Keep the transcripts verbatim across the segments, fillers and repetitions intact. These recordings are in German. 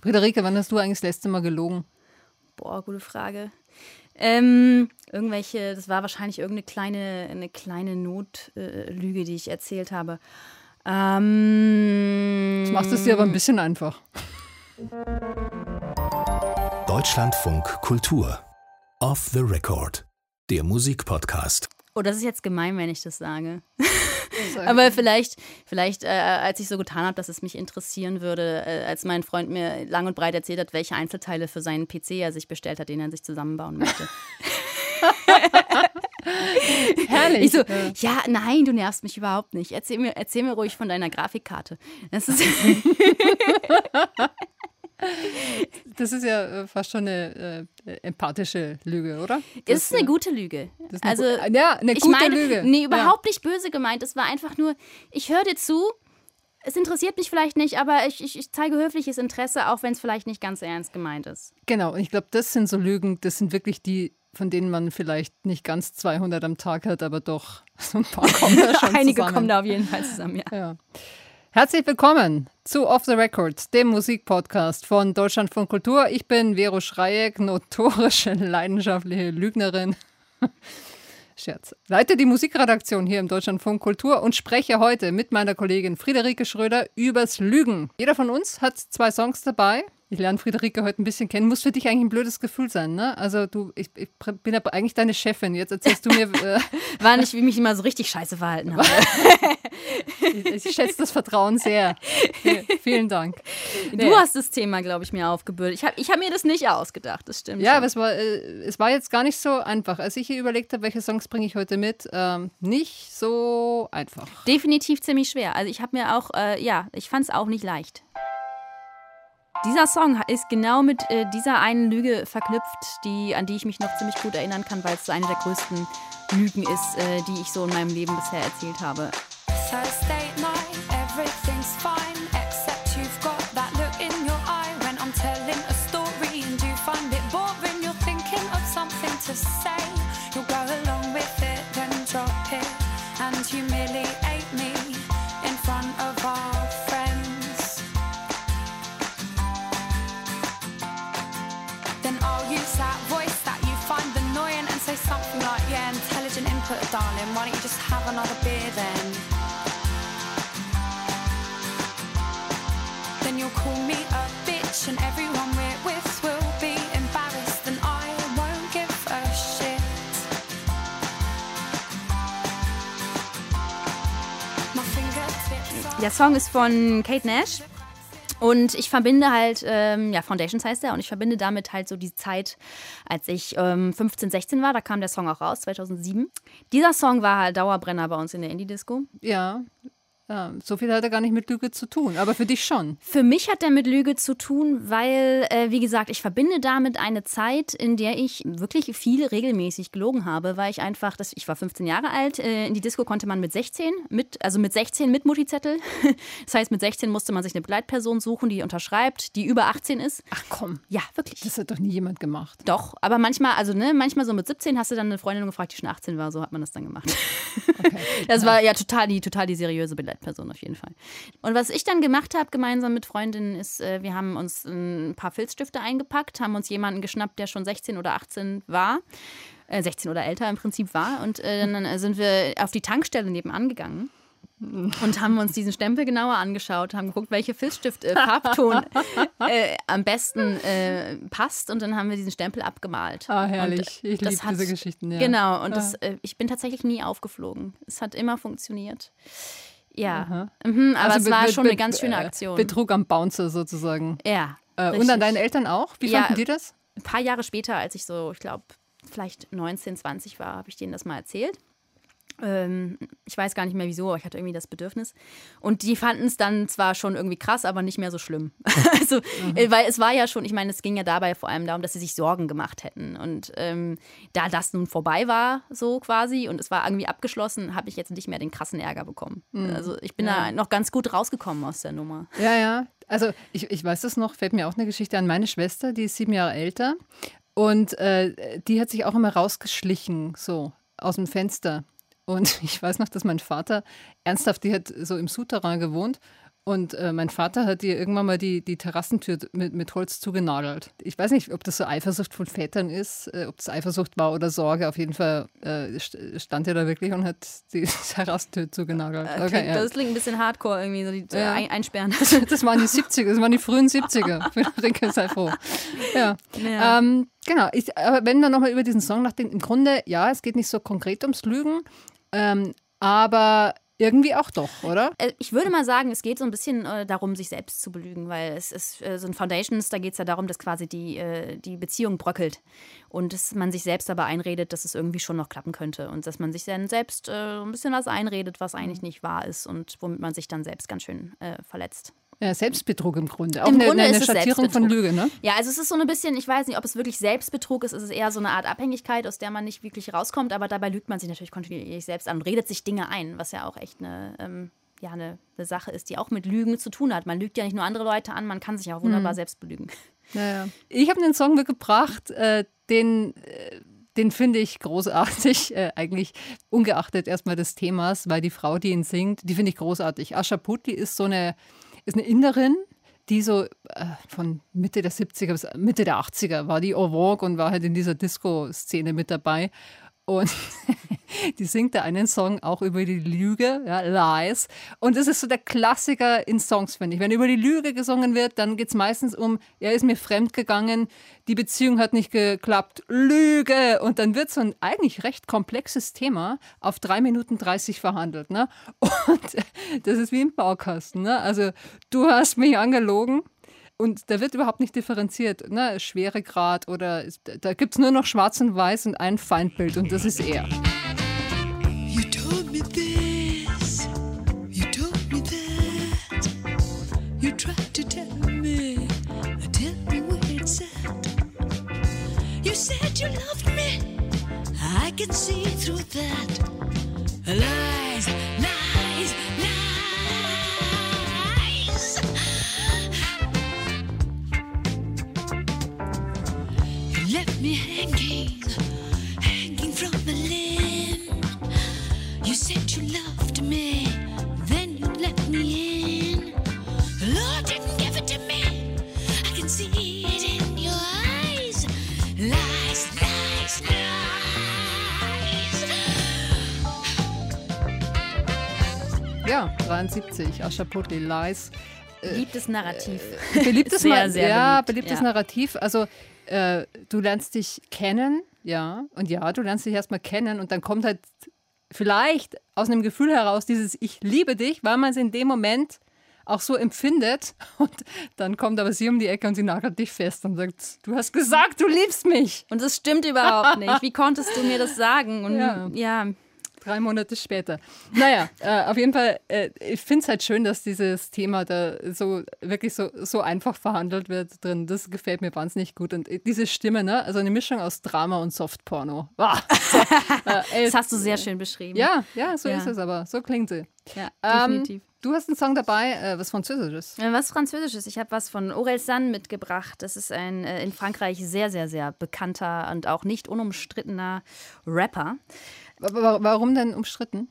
Friederike, wann hast du eigentlich das letzte Mal gelogen? Boah, gute Frage. Ähm, irgendwelche, das war wahrscheinlich irgendeine kleine, eine kleine Notlüge, äh, die ich erzählt habe. Ähm, das machst du es dir aber ein bisschen einfach. Deutschlandfunk Kultur. Off the Record. Der Musikpodcast. Oh, das ist jetzt gemein, wenn ich das sage. Aber vielleicht, vielleicht äh, als ich so getan habe, dass es mich interessieren würde, äh, als mein Freund mir lang und breit erzählt hat, welche Einzelteile für seinen P C er sich bestellt hat, den er sich zusammenbauen möchte. Herrlich. Ich so, ja, nein, du nervst mich überhaupt nicht. Erzähl mir, erzähl mir ruhig von deiner Grafikkarte. Das ist Das ist ja fast schon eine äh, empathische Lüge, oder? Das ist eine gute Lüge. Eine also, gu- ja, eine ich gute meine, Lüge. Nee, überhaupt ja. nicht böse gemeint. Es war einfach nur, ich höre dir zu, es interessiert mich vielleicht nicht, aber ich, ich, ich zeige höfliches Interesse, auch wenn es vielleicht nicht ganz ernst gemeint ist. Genau, und ich glaube, das sind so Lügen, das sind wirklich die, von denen man vielleicht nicht ganz zweihundert am Tag hat, aber doch so ein paar kommen da schon Einige zusammen. kommen da auf jeden Fall zusammen, ja. ja. Herzlich willkommen zu Off the Record, dem Musikpodcast von Deutschlandfunk Kultur. Ich bin Vero Schreieck, notorische, leidenschaftliche Lügnerin. Scherz. Leite die Musikredaktion hier im Deutschlandfunk Kultur und spreche heute mit meiner Kollegin Friederike Schröder übers Lügen. Jeder von uns hat zwei Songs dabei. Ich lerne Friederike heute ein bisschen kennen. Muss für dich eigentlich ein blödes Gefühl sein, ne? Also du, ich, ich bin aber eigentlich deine Chefin. Jetzt erzählst du mir... Äh, War nicht, wie ich mich immer so richtig scheiße verhalten habe. ich, ich schätze das Vertrauen sehr. Vielen Dank. Du nee. hast das Thema, glaube ich, mir aufgebürdet. Ich habe ich hab mir das nicht ausgedacht, das stimmt. Ja, schon. aber es war, äh, es war jetzt gar nicht so einfach. Als ich hier überlegt habe, welche Songs bringe ich heute mit, ähm, nicht so einfach. Definitiv ziemlich schwer. Also ich habe mir auch, äh, ja, ich fand es auch nicht leicht. Dieser Song ist genau mit äh, dieser einen Lüge verknüpft, die, an die ich mich noch ziemlich gut erinnern kann, weil es so eine der größten Lügen ist, äh, die ich so in meinem Leben bisher erzählt habe. Thursday night, everything's fine, except you've got that look in your eye when I'm telling a story and you find it boring. You're thinking of something to say, you'll go along with it, then drop it and humiliate me in front of our friends. Then I'll use that voice that you find annoying and say something like, yeah, intelligent input, darling, why don't you just have another beer then? Then you'll call me a bitch and everyone we're with will be embarrassed and I won't give a shit. My fingertips are Der Song ist von Kate Nash. Und ich verbinde halt, ähm, ja, Foundations heißt er, und ich verbinde damit halt so die Zeit, als ich ähm, fünfzehn, sechzehn war, da kam der Song auch raus, zweitausendsieben. Dieser Song war halt Dauerbrenner bei uns in der Indie-Disco. Ja. Ja, so viel hat er gar nicht mit Lüge zu tun, aber für dich schon. Für mich hat er mit Lüge zu tun, weil, äh, wie gesagt, ich verbinde damit eine Zeit, in der ich wirklich viel regelmäßig gelogen habe, weil ich einfach, das, ich war fünfzehn Jahre alt, äh, in die Disco konnte man mit sechzehn, mit, also mit sechzehn mit Mutti-Zettel. Das heißt, mit sechzehn musste man sich eine Begleitperson suchen, die unterschreibt, die über achtzehn ist. Ach komm, Ja, wirklich. das hat doch nie jemand gemacht. Doch, aber manchmal, also ne, manchmal so mit siebzehn hast du dann eine Freundin gefragt, die schon achtzehn war, so hat man das dann gemacht. Okay. Das war ja total die, total die seriöse Begleitperson auf jeden Fall. Und was ich dann gemacht habe, gemeinsam mit Freundinnen, ist, äh, wir haben uns ein paar Filzstifte eingepackt, haben uns jemanden geschnappt, der schon sechzehn oder achtzehn war, äh, sechzehn oder älter im Prinzip war. Und äh, dann sind wir auf die Tankstelle nebenan gegangen. Und haben uns diesen Stempel genauer angeschaut, haben geguckt, welche Filzstift, äh, Farbton äh, am besten äh, passt. Und dann haben wir diesen Stempel abgemalt. Ah, Und herrlich. Ich das liebe hat- diese Geschichten. Ja. Genau, und Ja. das, äh, ich bin tatsächlich nie aufgeflogen. Es hat immer funktioniert. Ja, Aha. mhm, aber Also es be- war be- schon eine be- ganz schöne äh, Aktion. Betrug am Bouncer sozusagen. Ja, Äh, und richtig. an deinen Eltern auch? Wie Ja. fanden die das? Ein paar Jahre später, als ich so, ich glaube, vielleicht neunzehn, zwanzig war, habe ich denen das mal erzählt. Ähm, ich weiß gar nicht mehr wieso, aber ich hatte irgendwie das Bedürfnis. Und die fanden es dann zwar schon irgendwie krass, aber nicht mehr so schlimm. Also, äh, weil es war ja schon, ich meine, es ging ja dabei vor allem darum, dass sie sich Sorgen gemacht hätten. Und ähm, da das nun vorbei war, so quasi, und es war irgendwie abgeschlossen, habe ich jetzt nicht mehr den krassen Ärger bekommen. Also ich bin Ja. da noch ganz gut rausgekommen aus der Nummer. Ja, ja. Also ich, ich weiß das noch, fällt mir auch eine Geschichte an. Meine Schwester, die ist sieben Jahre älter und äh, die hat sich auch immer rausgeschlichen, so aus dem Fenster. Und ich weiß noch, dass mein Vater ernsthaft, die hat so im Souterrain gewohnt Und äh, mein Vater hat ihr irgendwann mal die, die Terrassentür mit, mit Holz zugenagelt. Ich weiß nicht, ob das so Eifersucht von Vätern ist, äh, ob das Eifersucht war oder Sorge. Auf jeden Fall äh, stand er da wirklich und hat die Terrassentür zugenagelt. Okay, Okay, ja. Das klingt ein bisschen hardcore irgendwie, so die Ja. ein, einsperren. Das waren die siebziger, das waren die frühen siebziger. Rinke, sei froh. Ja. Ja. Ähm, genau, ich, aber wenn wir nochmal über diesen Song nachdenken, im Grunde, ja, es geht nicht so konkret ums Lügen, ähm, aber irgendwie auch doch, oder? Äh, Ich würde mal sagen, es geht so ein bisschen äh, darum, sich selbst zu belügen, weil es ist äh, so ein Foundations, da geht es ja darum, dass quasi die, äh, die Beziehung bröckelt und dass man sich selbst aber einredet, dass es irgendwie schon noch klappen könnte und dass man sich dann selbst äh, ein bisschen was einredet, was eigentlich nicht wahr ist und womit man sich dann selbst ganz schön äh, verletzt. Ja, Selbstbetrug im Grunde. Auch Im eine, Grunde eine ist es Schattierung von Selbstbetrug. Lüge, ne? Ja, also es ist so ein bisschen, ich weiß nicht, ob es wirklich Selbstbetrug ist, es ist eher so eine Art Abhängigkeit, aus der man nicht wirklich rauskommt, aber dabei lügt man sich natürlich kontinuierlich selbst an und redet sich Dinge ein, was ja auch echt eine, ähm, ja, eine, eine Sache ist, die auch mit Lügen zu tun hat. Man lügt ja nicht nur andere Leute an, man kann sich auch wunderbar Mhm. selbst belügen. Ja, ja. Ich habe einen Song mitgebracht, äh, den, äh, den finde ich großartig, äh, eigentlich ungeachtet erstmal des Themas, weil die Frau, die ihn singt, die finde ich großartig. Asha Puthli ist so eine, ist eine Inderin, die so äh, von Mitte der siebziger bis Mitte der achtziger war die en vogue und war halt in dieser Disco-Szene mit dabei. Und die singt da einen Song auch über die Lüge, ja, Lies. Und das ist so der Klassiker in Songs, finde ich. Wenn über die Lüge gesungen wird, dann geht es meistens um, er ist mir fremd gegangen, die Beziehung hat nicht geklappt, Lüge. Und dann wird so ein eigentlich recht komplexes Thema auf drei Minuten dreißig verhandelt. Ne? Und das ist wie im Baukasten. Ne? Also du hast mich angelogen. Und da wird überhaupt nicht differenziert, ne? Schweregrad oder da gibt es nur noch schwarz und weiß und ein Feindbild und das ist er. You told me this, you told me that, you tried to tell me, tell me what it's at. You said you loved me, I can see through that. Lies, lies, lies. You left me hanging, hanging from the limb. You said you loved me, then you let me in. The Lord didn't give it to me, I can see it in your eyes. Lies, lies, lies. Ja, dreiundsiebzig, Asha Puthli, Lies. Beliebtes Narrativ. Beliebtes, Sehr, Ma- sehr ja, beliebt, beliebtes ja. Narrativ. Also äh, du lernst dich kennen, ja, und ja, du lernst dich erstmal kennen und dann kommt halt vielleicht aus einem Gefühl heraus dieses Ich liebe dich, weil man es in dem Moment auch so empfindet und dann kommt aber sie um die Ecke und sie nagelt dich fest und sagt, du hast gesagt, du liebst mich. Und das stimmt überhaupt nicht. Wie konntest du mir das sagen? Und Ja. ja, Drei Monate später. Naja, äh, auf jeden Fall, äh, ich finde es halt schön, dass dieses Thema da so wirklich so, so einfach verhandelt wird drin. Das gefällt mir wahnsinnig gut. Und diese Stimme, ne? Also eine Mischung aus Drama und Softporno. Ah, so, äh, das hast du sehr schön beschrieben. Ja, ja, so Ja. ist es aber. So klingt sie. Ja, Ähm, definitiv. du hast einen Song dabei, äh, was Französisches. Äh, Was Französisches. Ich habe was von Aurel San mitgebracht. Das ist ein äh, in Frankreich sehr, sehr, sehr bekannter und auch nicht unumstrittener Rapper. Wa- wa- Warum denn umstritten?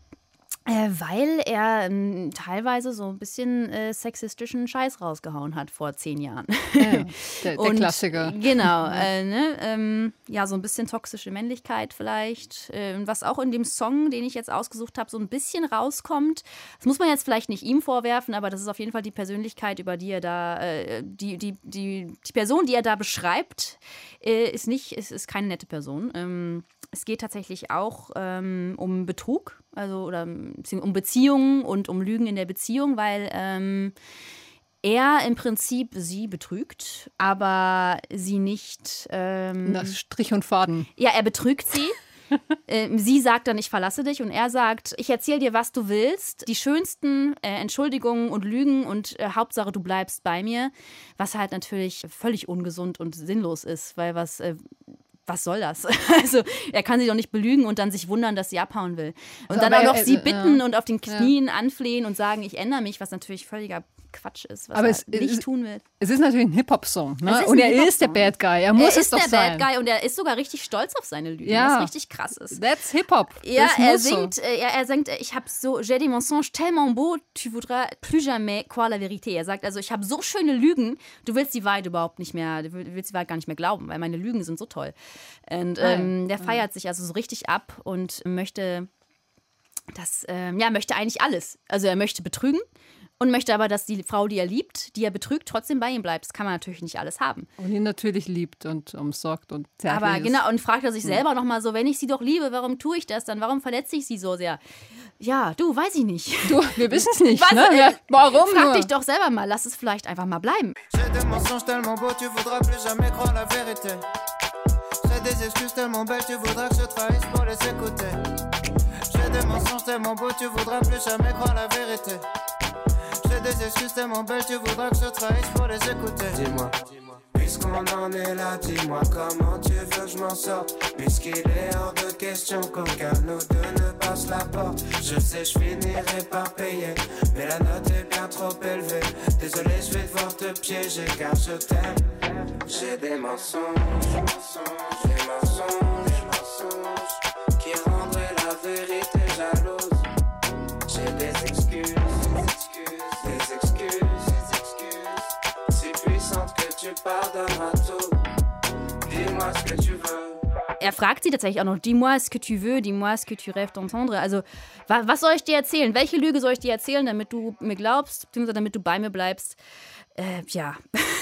Äh, weil er ähm, teilweise so ein bisschen äh, sexistischen Scheiß rausgehauen hat vor zehn Jahren. Ja, ja, der, der Und, Klassiker. Genau, äh, ne, ähm, ja, so ein bisschen toxische Männlichkeit vielleicht. Äh, was auch in dem Song, den ich jetzt ausgesucht habe, so ein bisschen rauskommt. Das muss man jetzt vielleicht nicht ihm vorwerfen, aber das ist auf jeden Fall die Persönlichkeit, über die er da, äh, die, die, die, die Person, die er da beschreibt, äh, ist nicht, ist, ist keine nette Person. Ähm, es geht tatsächlich auch ähm, um Betrug, also oder um Beziehungen und um Lügen in der Beziehung, weil ähm, er im Prinzip sie betrügt, aber sie nicht. Ähm, Na, Strich und Faden. ja, er betrügt sie. ähm, sie sagt dann, ich verlasse dich. Und er sagt, ich erzähle dir, was du willst. Die schönsten äh, Entschuldigungen und Lügen und äh, Hauptsache, du bleibst bei mir. Was halt natürlich völlig ungesund und sinnlos ist, weil was. Äh, Was soll das? Also, er kann sie doch nicht belügen und dann sich wundern, dass sie abhauen will. Und Also, dann aber auch noch er- sie äh, bitten ja. und auf den Knien anflehen und sagen, ich ändere mich, was natürlich völliger Quatsch ist, was Aber er es nicht ist- tun will. Es ist natürlich ein Hip-Hop-Song. Es Ne? ist Und ein er ist der Hip-Hop-Song. Bad Guy. Er muss er es ist doch der sein. Bad Guy und er ist sogar richtig stolz auf seine Lügen, Ja. was richtig krass ist. That's Hip-Hop. Ja, das er muss singt, so. äh, ja, er singt, äh, ich habe so, j'ai des mensonges tellement beaux, tu voudras plus jamais croire la vérité. Er sagt also, ich habe so schöne Lügen, du willst die Wahrheit überhaupt nicht mehr, du willst die Wahrheit gar nicht mehr glauben, weil meine Lügen sind so toll. Und ähm, der feiert sich also so richtig ab und möchte das, ähm, ja, möchte eigentlich alles. Also er möchte betrügen und möchte aber, dass die Frau, die er liebt, die er betrügt, trotzdem bei ihm bleibt. Das kann man natürlich nicht alles haben. Und ihn natürlich liebt und umsorgt und zärtlich Aber ist. genau, und fragt er sich selber nochmal so, wenn ich sie doch liebe, warum tue ich das dann? Warum verletze ich sie so sehr? Ja, du, weiß ich nicht. Du, wir wissen es nicht. Was, Ne? äh, Ja, warum Frag nur? dich doch selber mal, lass es vielleicht einfach mal bleiben. J'ai des mensonges tellement beaux, tu voudras plus jamais croire la vérité. J'ai des excuses tellement belles, tu voudras que je trahisse pour les écouter. J'ai des mensonges tellement beaux, tu voudras plus jamais croire la vérité. J'ai des excuses tellement belles, tu voudras que je trahisse pour les écouter. Dis-moi, puisqu'on en est là, dis-moi comment tu veux que je m'en sorte. Puisqu'il est hors de question qu'aucun de nous deux ne passe la porte. Je sais, je finirai par payer, mais la note est bien trop élevée. Désolé, je vais devoir te piéger car je t'aime. J'ai des mensonges, mensonges, des mensonges, mensonges qui rendraient la vérité jalouse. J'ai des excuses, des excuses, des excuses, des excuses si puissantes que tu pardonneras tout. Dis-moi ce que tu veux. Er fragt sie tatsächlich auch noch, dis-moi ce que tu veux, dis-moi ce que tu rêves d'entendre. Also, wa was soll ich dir erzählen? Welche Lüge soll ich dir erzählen, damit du mir glaubst, beziehungsweise damit du bei mir bleibst? Äh, ja,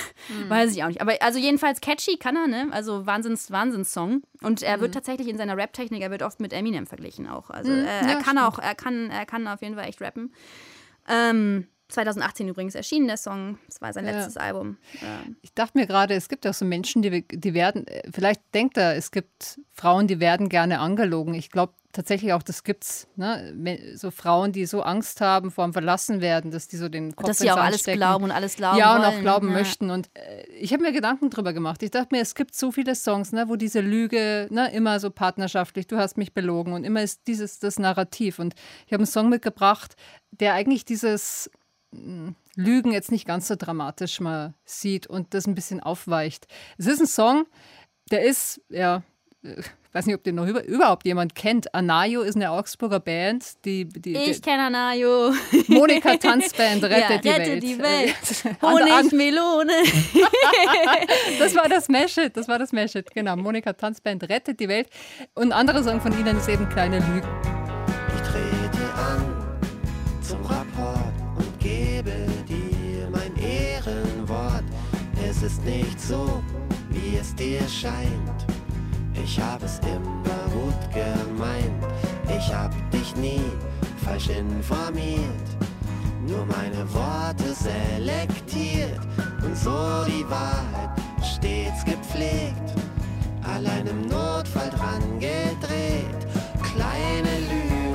weiß ich auch nicht. Aber also jedenfalls catchy kann er, ne? Also Wahnsinns, Wahnsinns-Song. Und er wird tatsächlich in seiner Rap-Technik, er wird oft mit Eminem verglichen auch. Also äh, er ja, kann stimmt. auch, er kann, er kann auf jeden Fall echt rappen. Ähm, zwanzig achtzehn übrigens erschienen der Song. Das war sein Ja. letztes Album. Ähm, Ich dachte mir gerade, es gibt auch so Menschen, die, die werden, äh, vielleicht denkt er, es gibt Frauen, die werden gerne angelogen. Ich glaube tatsächlich auch, das gibt's. Ne? Me- So Frauen, die so Angst haben vor dem Verlassenwerden, dass die so den Kopf dass sie ins auch Sand alles stecken. glauben und alles glauben Ja, und wollen. auch glauben Ja. möchten. Und äh, ich habe mir Gedanken drüber gemacht. Ich dachte mir, es gibt so viele Songs, ne, wo diese Lüge, ne, immer so partnerschaftlich, du hast mich belogen und immer ist dieses das Narrativ. Und ich habe einen Song mitgebracht, der eigentlich dieses mh, Lügen jetzt nicht ganz so dramatisch mal sieht und das ein bisschen aufweicht. Es ist ein Song, der ist, ja, äh, ich weiß nicht, ob den noch über, überhaupt jemand kennt. Anayo ist eine Augsburger Band, die, die, Ich die kenne Anayo. Monika Tanzband rettet Ja, die rette Welt. die Welt. An- an- Honig, Melone. Das war das Smash-It, das war das Smash-It, genau. Monika Tanzband rettet die Welt. Und ein anderer Song von ihnen ist eben Kleine Lügen. Ich trete an zum Rapport und gebe dir mein Ehrenwort. Es ist nicht so, wie es dir scheint. Ich hab es immer gut gemeint. Ich hab dich nie falsch informiert. Nur meine Worte selektiert und so die Wahrheit stets gepflegt. Allein im Notfall dran gedreht. Kleine Lügen.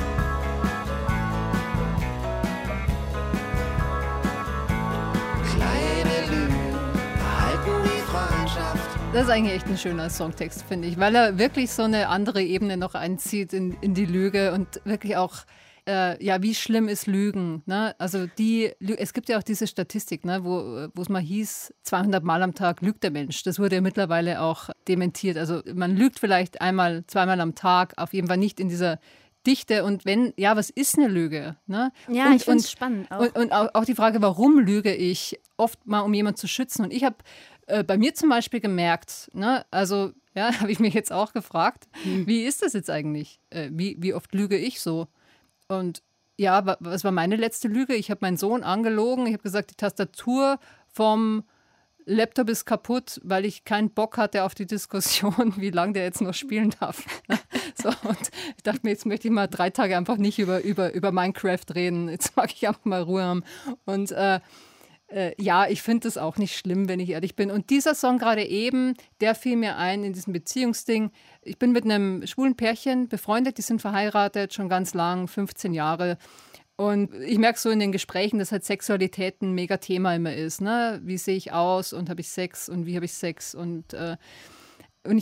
Kleine Lügen erhalten die Freundschaft. Das ist eigentlich echt ein schöner Songtext, finde ich, weil er wirklich so eine andere Ebene noch einzieht in, in die Lüge und wirklich auch, äh, ja, wie schlimm ist Lügen. Ne? Also die, Lü- es gibt ja auch diese Statistik, ne, wo wo es mal hieß, zweihundert Mal am Tag lügt der Mensch. Das wurde ja mittlerweile auch dementiert. Also man lügt vielleicht einmal, zweimal am Tag, auf jeden Fall nicht in dieser Dichte. Und wenn, ja, was ist eine Lüge? Ne? Ja, und, ich finde es und- spannend auch. Und, und auch, auch die Frage, warum lüge ich? Oft mal, um jemanden zu schützen. Und ich habe äh, bei mir zum Beispiel gemerkt, ne, also ja, habe ich mich jetzt auch gefragt, Hm. wie ist das jetzt eigentlich? Äh, wie, wie oft lüge ich so? Und ja, wa- was war meine letzte Lüge? Ich habe meinen Sohn angelogen. Ich habe gesagt, die Tastatur vom Laptop ist kaputt, weil ich keinen Bock hatte auf die Diskussion, wie lange der jetzt noch spielen darf. So, und ich dachte mir, jetzt möchte ich mal drei Tage einfach nicht über, über, über Minecraft reden. Jetzt mag ich einfach mal Ruhe haben. Und äh, äh, ja, ich finde das auch nicht schlimm, wenn ich ehrlich bin. Und dieser Song gerade eben, der fiel mir ein in diesem Beziehungsding. Ich bin mit einem schwulen Pärchen befreundet, die sind verheiratet, schon ganz lang, fünfzehn Jahre. Und ich merke so in den Gesprächen, dass halt Sexualität ein mega Thema immer ist. Ne? Wie sehe ich aus und habe ich Sex und wie habe ich Sex? Und, äh, und ich habe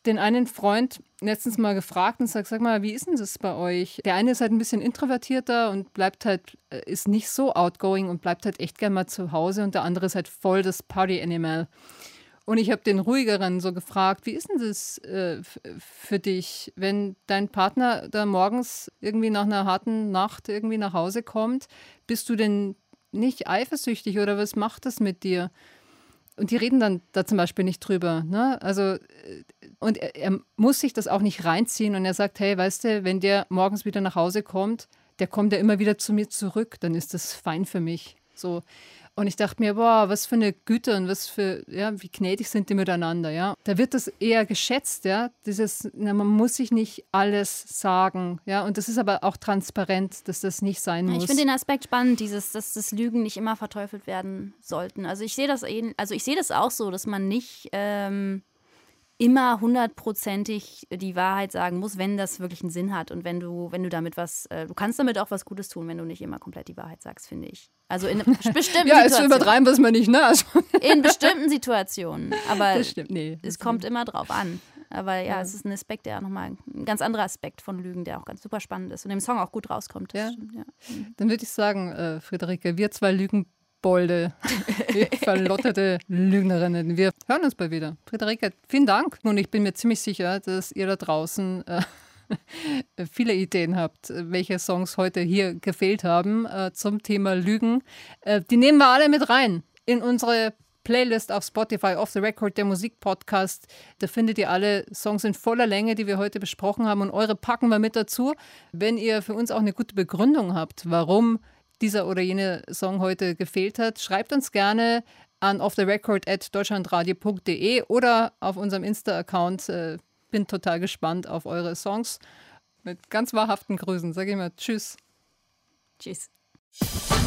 den einen Freund letztens mal gefragt und sag, sag mal, wie ist denn das bei euch? Der eine ist halt ein bisschen introvertierter und bleibt halt, ist nicht so outgoing und bleibt halt echt gerne mal zu Hause und der andere ist halt voll das Party-Animal. Und ich habe den ruhigeren so gefragt, wie ist denn das äh, f- für dich, wenn dein Partner da morgens irgendwie nach einer harten Nacht irgendwie nach Hause kommt, bist du denn nicht eifersüchtig oder was macht das mit dir? Und die reden dann da zum Beispiel nicht drüber. Ne? Also, und er, er muss sich das auch nicht reinziehen und er sagt, hey, weißt du, wenn der morgens wieder nach Hause kommt, der kommt ja immer wieder zu mir zurück, dann ist das fein für mich. So. Und ich dachte mir, boah, was für eine Güte und was für, ja, wie gnädig sind die miteinander, ja. Da wird das eher geschätzt, ja. Dieses, na, man muss sich nicht alles sagen, ja. Und das ist aber auch transparent, dass das nicht sein muss. Ich finde den Aspekt spannend, dieses, dass das Lügen nicht immer verteufelt werden sollten. Also ich sehe das, also ich sehe das auch so, dass man nicht ähm, immer hundertprozentig die Wahrheit sagen muss, wenn das wirklich einen Sinn hat und wenn du, wenn du damit was, äh, du kannst damit auch was Gutes tun, wenn du nicht immer komplett die Wahrheit sagst, finde ich. Also in bestimmten ja, es Situationen. übertreiben wir es mal nicht, ne? Also In bestimmten Situationen. Aber das stimmt, nee. es kommt immer drauf an. Aber ja, Ja. es ist ein Aspekt, der nochmal ein ganz anderer Aspekt von Lügen, der auch ganz super spannend ist und im Song auch gut rauskommt. Das Ja. stimmt, ja. Dann würde ich sagen, äh, Friederike, wir zwei Lügenbolde, wir verlotterte Lügnerinnen, wir hören uns bald wieder. Friederike, vielen Dank. Und ich bin mir ziemlich sicher, dass ihr da draußen äh, viele Ideen habt, welche Songs heute hier gefehlt haben äh, zum Thema Lügen. Äh, die nehmen wir alle mit rein in unsere Playlist auf Spotify, Off the Record, der Musikpodcast. Da findet ihr alle Songs in voller Länge, die wir heute besprochen haben und eure packen wir mit dazu. Wenn ihr für uns auch eine gute Begründung habt, warum dieser oder jene Song heute gefehlt hat, schreibt uns gerne an offtherecord at deutschlandradio punkt de oder auf unserem Insta-Account. Äh, bin total gespannt auf eure Songs. Mit ganz wahrhaften Grüßen. Sag ich mal Tschüss. Tschüss.